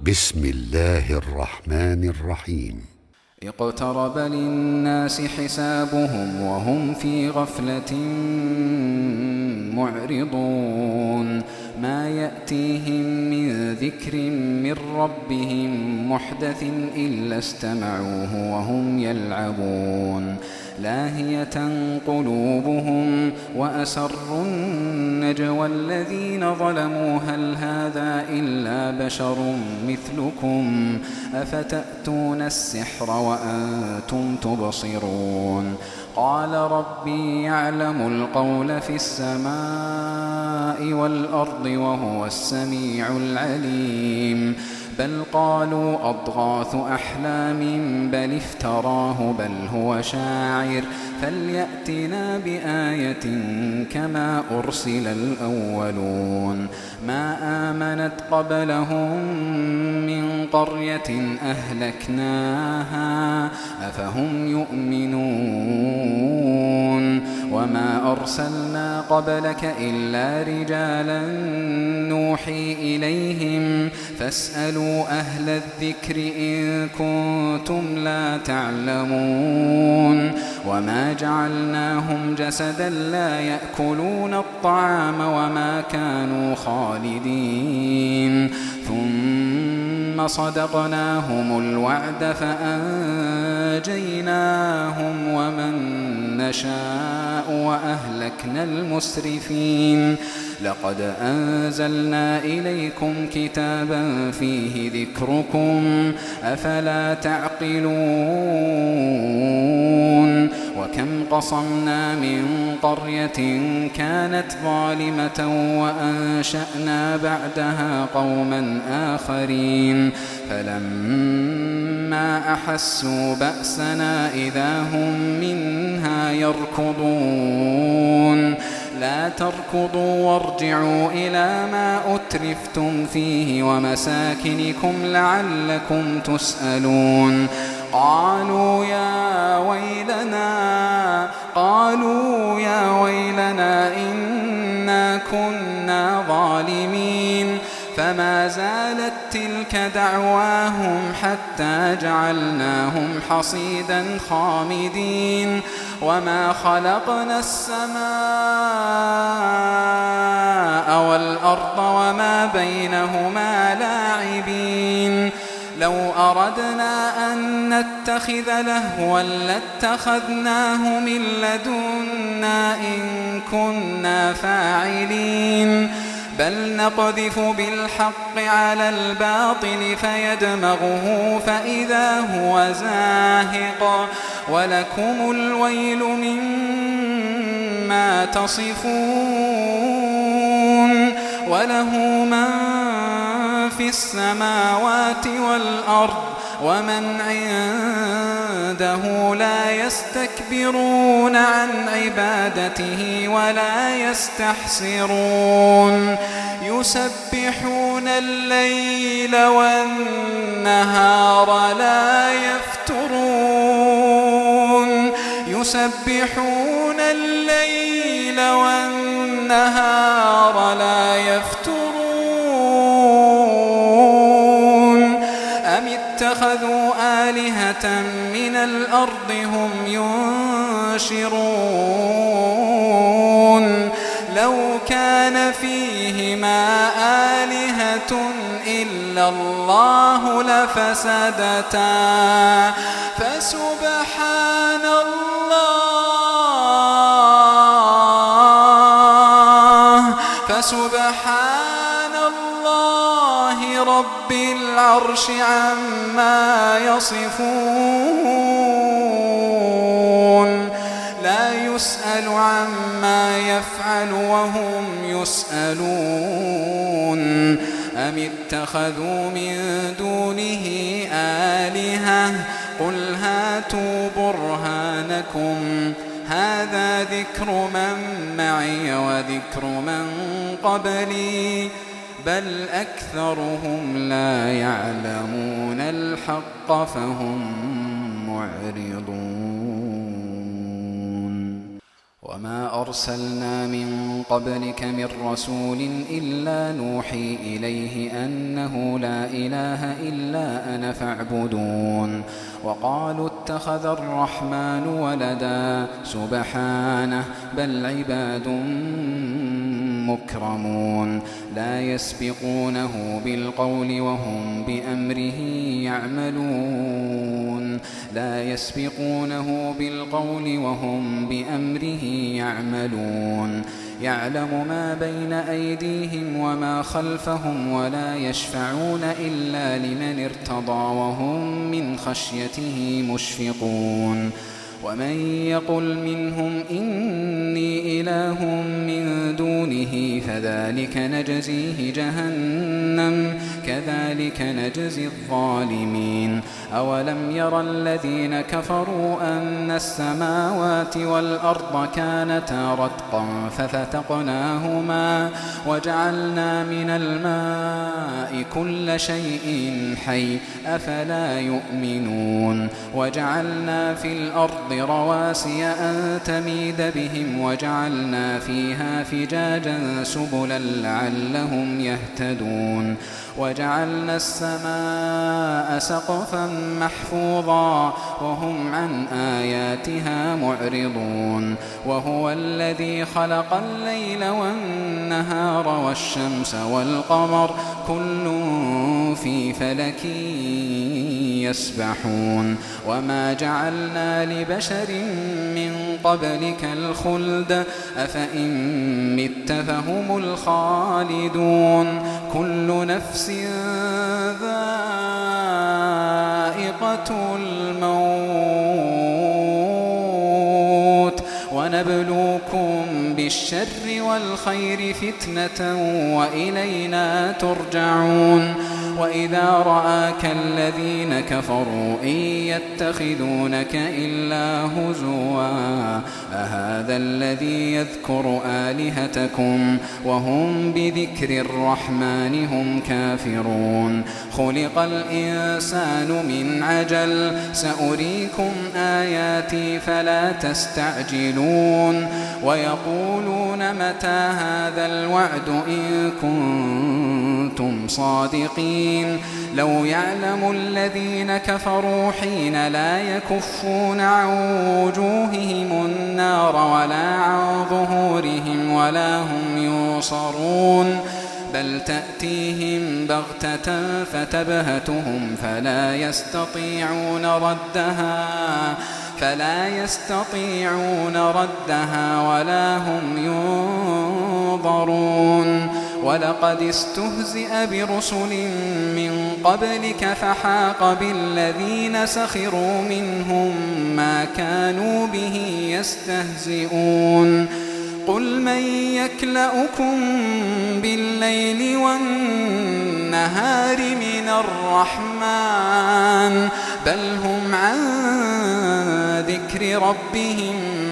بسم الله الرحمن الرحيم. اقترب للناس حسابهم وهم في غفلة معرضون ما يأتيهم من ذكر من ربهم محدث إلا استمعوه وهم يلعبون لاهية قلوبهم وأسروا النجوى الذين ظلموا هل هذا إلا بشر مثلكم أفتأتون السحر وأنتم تبصرون قال ربي يعلم القول في السماء والأرض وهو السميع العليم بل قالوا أضغاث أحلام بل افتراه بل هو شاعر فليأتنا بآية كما أرسل الأولون ما آمنت قبلهم من قرية أهلكناها أفهم يؤمنون وما أرسلنا قبلك إلا رجالا نوحي إليهم فاسألوا أهل الذكر إن كنتم لا تعلمون وما جعلناهم جسدا لا يأكلون الطعام وما كانوا خالدين ثم صدقناهم الوعد فأنجيناهم ومن نشاء وأهلكنا المسرفين لقد أنزلنا إليكم كتابا فيه ذكركم أفلا تعقلون وكم قصمنا من قرية كانت ظالمة وأنشأنا بعدها قوما آخرين فلما أحسوا بأسنا إذا هم منها يركضون لا تركضوا وارجعوا إلى ما أترفتم فيه ومساكنكم لعلكم تسألون قالوا يا ويلنا إنا كنا ظالمين فما زالت تلك دعواهم حتى جعلناهم حصيدا خامدين وما خلقنا السماء والأرض وما بينهما لاعبين لو أردنا أن نتخذ لهوا لاتخذناه من لدنا إن كنا فاعلين بل نقذف بالحق على الباطل فيدمغه فإذا هو زاهق ولكم الويل مما تصفون وله من في السماوات والأرض ومن عنده لا يستكبرون عن عبادته ولا يستحسرون يسبحون الليل والنهار لا يفترون يسبحون الليل والنهار لا يفترون اتخذوا آلهة من الأرض هم ينشرون لو كان فيهما آلهة إلا الله لفسدتا فسبحان الله رب العرش عما يصفون لا يسأل عما يفعل وهم يسألون أم اتخذوا من دونه آلهة قل هاتوا برهانكم هذا ذكر من معي وذكر من قبلي بل أكثرهم لا يعلمون الحق فهم معرضون وما أرسلنا من قبلك من رسول إلا نوحي إليه أنه لا إله إلا أنا فاعبدون وقالوا اتخذ الرحمن ولدا سبحانه بل عباد مكرمون لا يسبقونه بالقول وهم بأمره يعملون يعلم ما بين أيديهم وما خلفهم ولا يشفعون إلا لمن ارتضى وهم من خشيته مشفقون ومن يقل منهم إني إله من دونه فذلك نجزيه جهنم كذلك نجزي الظالمين أولم ير الذين كفروا أن السماوات والأرض كانتا رتقا ففتقناهما وجعلنا من الماء كل شيء حي أفلا يؤمنون وجعلنا في الأرض رواسي أن تميد بهم وجعلنا فيها فجاجا سبلا لعلهم يهتدون وجعلنا السماء سقفا محفوظا وهم عن آياتها معرضون وهو الذي خلق الليل والنهار والشمس والقمر كل في فلك يسبحون وما جعلنا لبشر من قبلك الخلد أفإن مت فهم الخالدون كل نفس ذائقة الموت ونبلوكم بالشر والخير فتنة وإلينا ترجعون وإذا رآك الذين كفروا إن يتخذونك إلا هزوا أهذا الذي يذكر آلهتكم وهم بذكر الرحمن هم كافرون خلق الإنسان من عجل سأريكم آياتي فلا تستعجلون ويقولون متى هذا الوعد إن كنتم صادقين لو يعلم الذين كفروا حين لا يكفون عن وجوههم النار ولا عن ظهورهم ولا هم ينصرون بل تأتيهم بغتة فتبهتهم فلا يستطيعون ردها ولا هم ينظرون ولقد استهزئ برسل من قبلك فحاق بالذين سخروا منهم ما كانوا به يستهزئون قل من يكلؤكم بالليل والنهار من الرحمن بل هم عن ذكر ربهم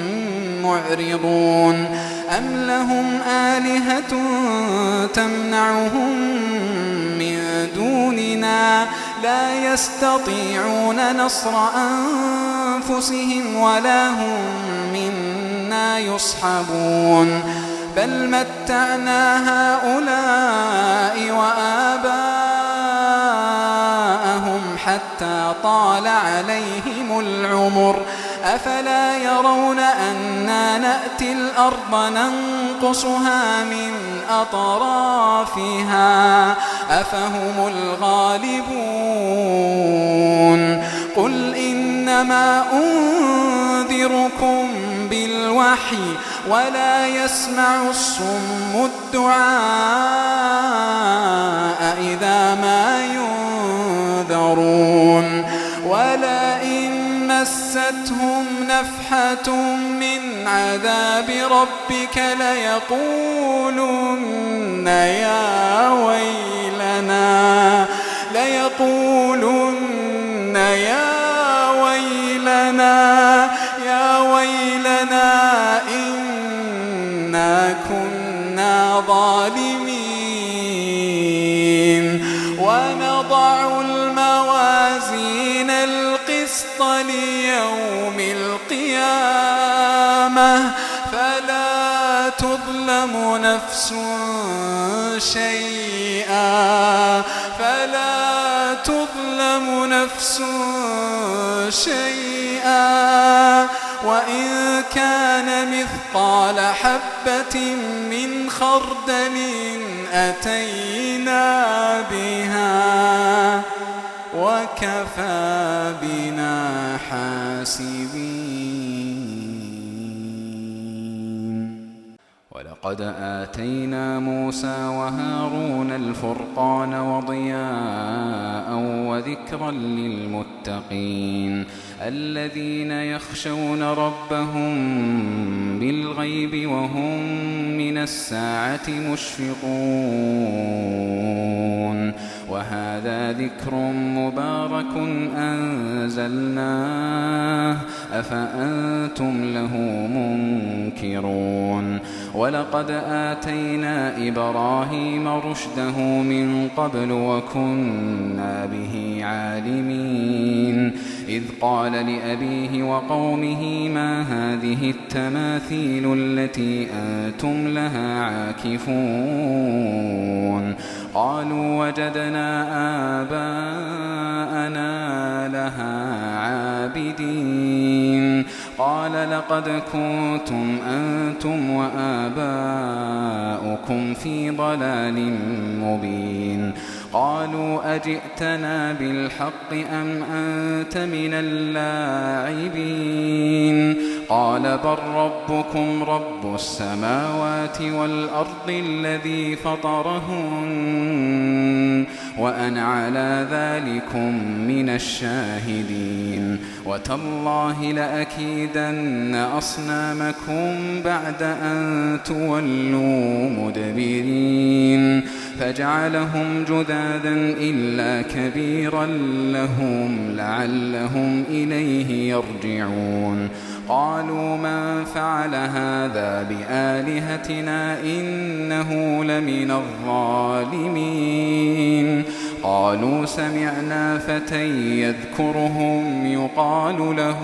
معرضون أم لهم آلهة تمنعهم من دوننا لا يستطيعون نصر أنفسهم ولا هم منا يصحبون بل متعنا هؤلاء وآباءهم حتى طال عليهم العمر أفلا يرون أنا نأتي الأرض ننقصها من أطرافها أفهم الغالبون قل إنما أنذركم بالوحي ولا يسمع الصم الدعاء إذا ما ينذرون ولئن مستهم نفحة من عذاب ربك ليقولن يا ويلنا إنا كنا ظالمين ونضع الموازين القسط ليوم القيامة تظلم نفس شيئا وإن كان مثقال حبة من خردل أتينا بها وكفى بنا حاسبين. ولقد آتينا موسى وهارون الفرقان وضياء وذكرا للمتقين الذين يخشون ربهم بالغيب وهم من الساعة مشفقون. وهذا ذكر مبارك أنزلناه أفأنتم له منكرون. ولقد آتينا إبراهيم رشده من قبل وكنا به عالمين إذ قال لأبيه وقومه ما هذه التماثيل التي أنتم لها عاكفون قالوا وجدنا آباءنا لها عابدين قال لقد كنتم أنتم وآباؤكم في ضلال مبين. قالوا أجئتنا بالحق أم أنت من اللاعبين قال بل ربكم رب السماوات والأرض الذي فطرهن وأنا على ذلكم من الشاهدين. وتالله لأكيدن أصنامكم بعد أن تولوا مدبرين فجعلهم جذاذا إلا كبيرا لهم لعلهم إليه يرجعون. قالوا من فعل هذا بآلهتنا إنه لمن الظالمين. قالوا سمعنا فتى يذكرهم يقال له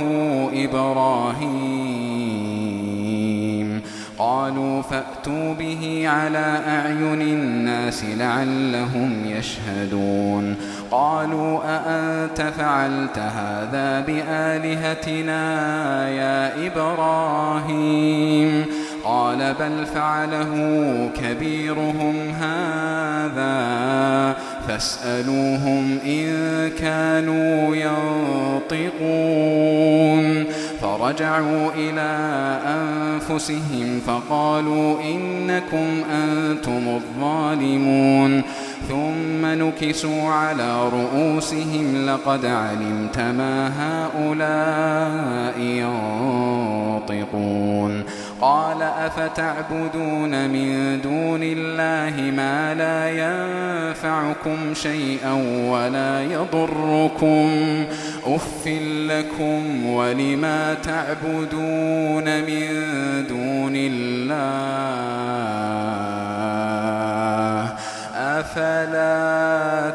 إبراهيم قالوا فأتوا به على أعين الناس لعلهم يشهدون. قالوا أأنت فعلت هذا بآلهتنا يا إبراهيم قال بل فعله كبيرهم هذا فاسألوهم إن كانوا ينطقون. فرجعوا إلى أنفسهم فقالوا إنكم أنتم الظالمون ثم نكسوا على رؤوسهم لقد علمت ما هؤلاء ينطقون. قال أفتعبدون من دون الله ما لا ينفعكم شيئا ولا يضركم أف لكم ولما تعبدون من دون الله أفلا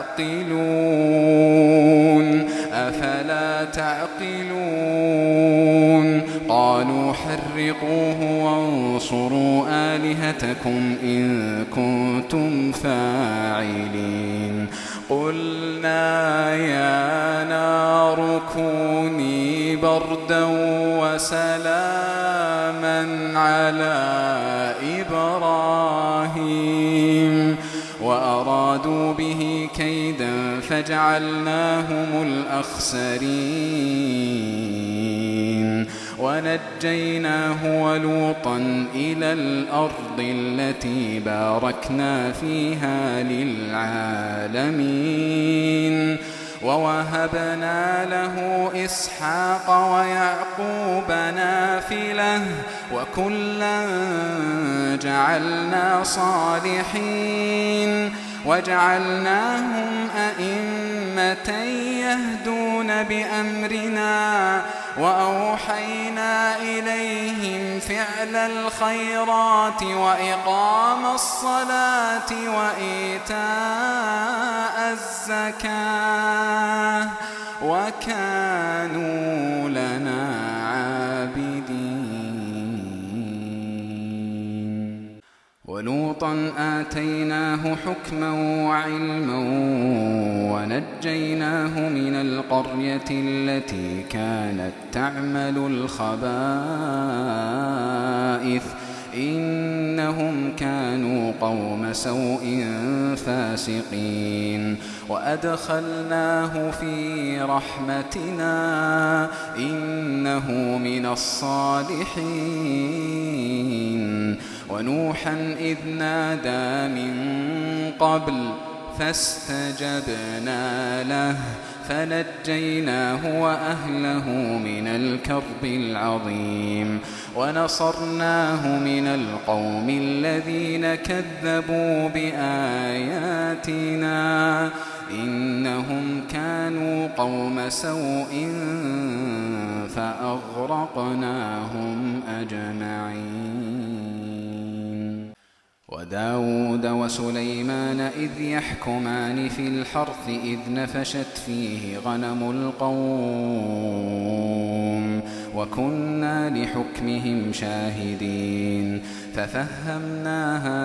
تعقلون. قالوا حرقوه وانصروا آلهتكم إن كنتم فاعلين. قلنا يا نار كوني بردا وسلاما على إبراهيم وأرادوا به كيدا فجعلناهم الأخسرين. ونجيناه ولوطا إلى الأرض التي باركنا فيها للعالمين. ووهبنا له إسحاق ويعقوب نافلة وكلا جعلنا صالحين وجعلناهم أئمة يهدون بأمرنا وأوحينا إليهم فعل الخيرات وإقام الصلاة وإيتاء الزكاة وكانوا لنا عابدين. ولوطا آتيناه حكما وعلما ونجيناه من القرية التي كانت تعمل الخبائث إنهم كانوا قوم سوء فاسقين وأدخلناه في رحمتنا إنه من الصالحين ونوحا إذ نادى من قبل فاستجبنا له فنجيناه وأهله من الكرب العظيم ونصرناه من القوم الذين كذبوا بآياتنا إنهم كانوا قوم سوء فأغرقناهم أجمعين وداود وسليمان إذ يحكمان في الحرث إذ نفشت فيه غنم القوم وكنا لحكمهم شاهدين ففهمناها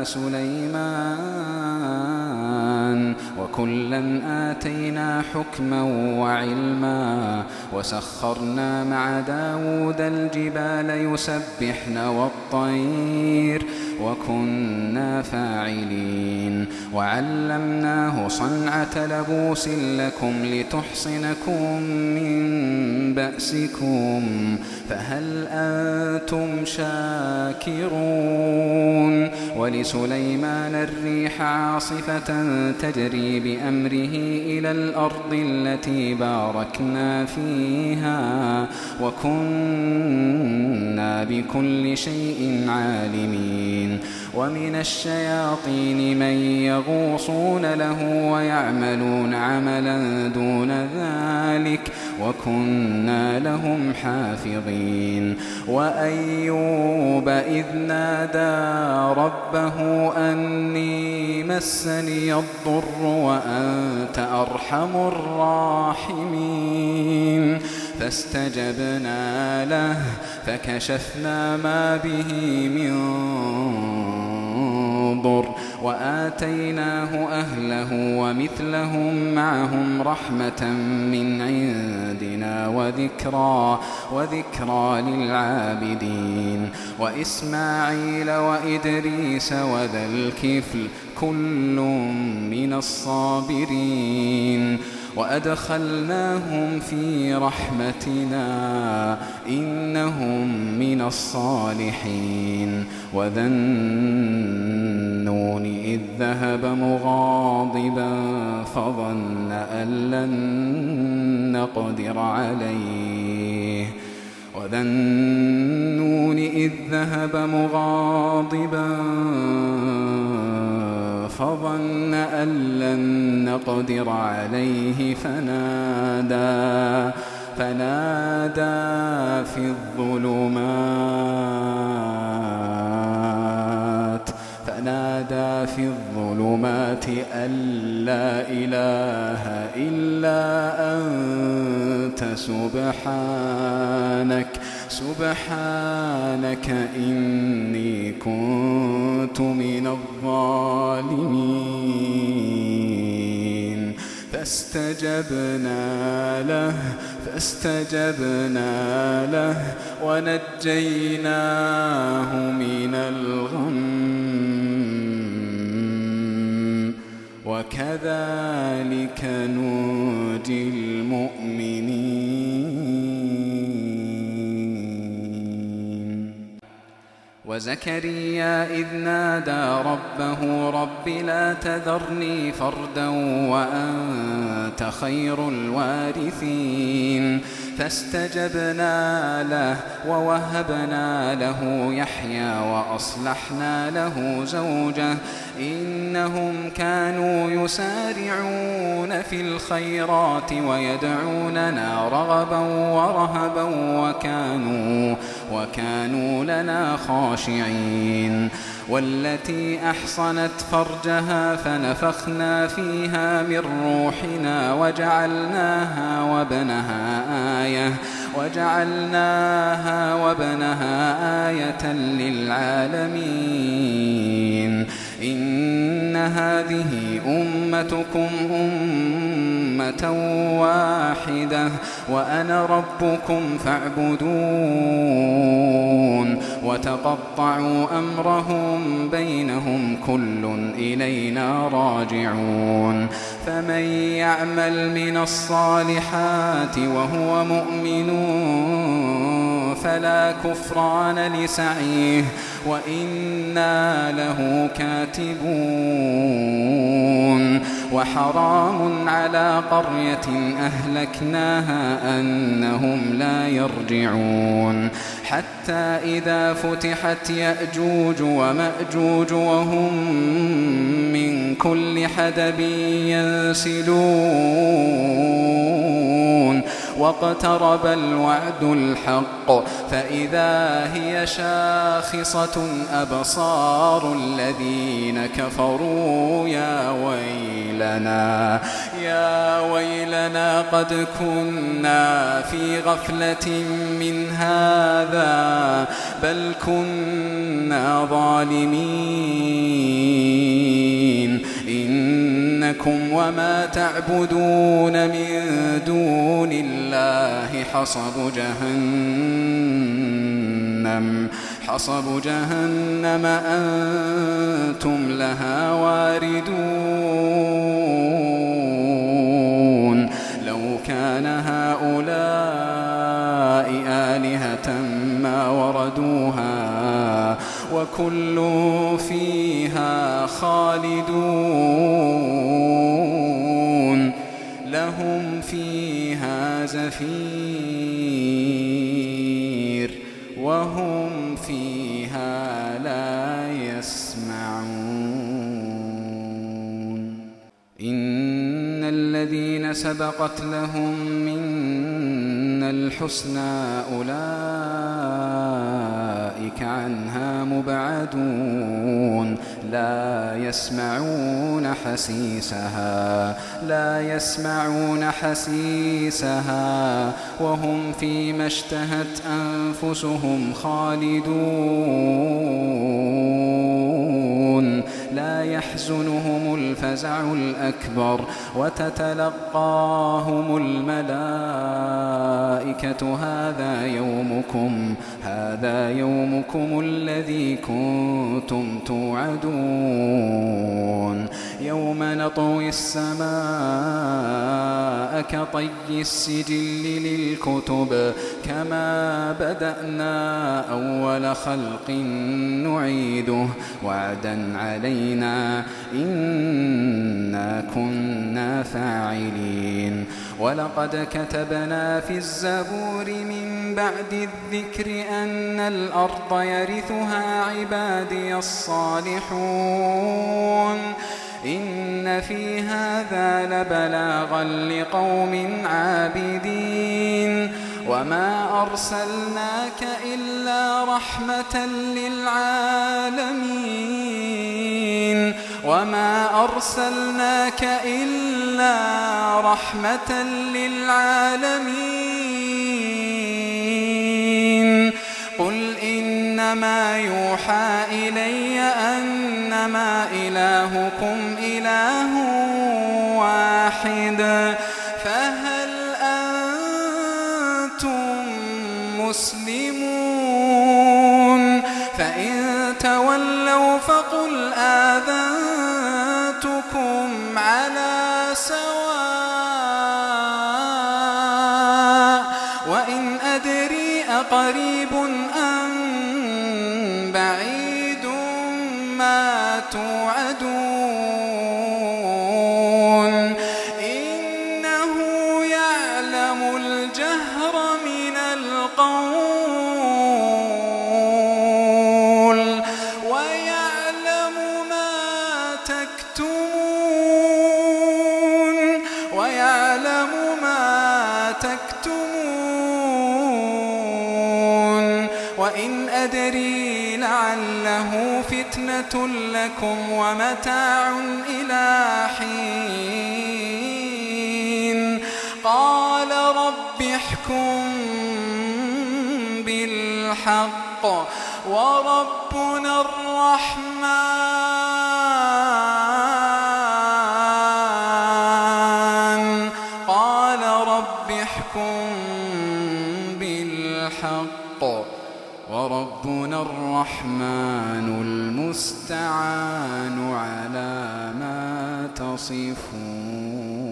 سليمان وكلا آتينا حكما وعلما وسخرنا مع داود الجبال يسبحن والطير وكنا فاعلين وعلمناه صنعة لبوس لكم لتحصنكم من بأسكم فهل أنتم شاكرون ولسليمان الريح عاصفة تجري بأمره إلى الأرض التي باركنا فيها وكنا بكل شيء عالمين ومن الشياطين من يغوصون له ويعملون عملا دون ذلك وكنا لهم حافظين وأيوب إذ نادى ربه أني مسني الضر وأنت أرحم الراحمين فاستجبنا له فكشفنا ما به من ضر وآتيناه أهله ومثلهم معهم رحمة من عندنا وذكرى للعابدين وإسماعيل وإدريس وذا الكفل كل من الصابرين وأدخلناهم في رحمتنا إنهم من الصالحين وذا النون إذ ذهب مغاضبا فظن أن لن نقدر عليه وذا النون إذ ذهب مغاضبا فظن أن لن نقدر عليه فنادى في الظلمات أن لا إله إلا أنت سبحانك إني كنت من الظالمين فاستجبنا له ونجيناه من الغم وكذلك ننجي المؤمنين وزكريا إذ نادى ربه رب لا تذرني فردا وأنت خير الوارثين فاستجبنا له ووهبنا له يحيى وأصلحنا له زوجه إنهم كانوا يسارعون في الخيرات ويدعوننا رغبا ورهبا وكانوا لنا خاشعين والتي أحصنت فرجها فنفخنا فيها من روحنا وجعلناها وابنها آية للعالمين. إن هذه أمتكم أمة واحدة وأنا ربكم فاعبدون. وتقطعوا أمرهم بينهم كل إلينا راجعون. فمن يعمل من الصالحات وهو مؤمن فلا كفران لسعيه وإنا له كاتبون. وحرام على قرية أهلكناها أنهم لا يرجعون حتى إذا فتحت يأجوج ومأجوج وهم من كل حدب ينسلون واقترب الوعد الحق فإذا هي شاخصة أبصار الذين كفروا يا ويلنا قد كنا في غفلة من هذا بل كنا ظالمين. إنكم وما تعبدون من دون الله حصب جهنم أنتم لها واردون. لو كان هؤلاء آلهة ما وردوها وكل فيها خالدون لهم فيها زفير وهم فيها لا يسمعون. إن الذين سبقت لهم منا الحسنى أولئك عنها مبعدون لا يسمعون حسيسها وهم فيما اشتهت أنفسهم خالدون. لا يحزنهم الفزع الأكبر وتتلقاهم الملائكة هذا يومكم الذي كنتم توعدون. يوم نطوي السماء كطي السجل للكتب كما بدأنا أول خلق نعيده وعدا علينا إنا كنا فاعلين. ولقد كتبنا في الزبور من بعد الذكر أن الأرض يرثها عبادي الصالحون. إن في هذا لبلاغا لقوم عابدين. وما أرسلناك إلا رحمة للعالمين. قل إنما يوحى إلي أنما إلهكم إله واحد فهل أنتم مسلمون؟ فإن تولوا فقل آذنتكم على سواء وإن أدري أقريب أم بعيد ما توعدون. إنه يعلم الجهر من القول ويعلم ما تكتمون. وإن أدري لعله فتنة لكم ومتاع إلى حين قال رب احكم بالحق وربنا الرحمن قال رب احكم بالحق وربنا الرحمن المستعان على ما تصفون.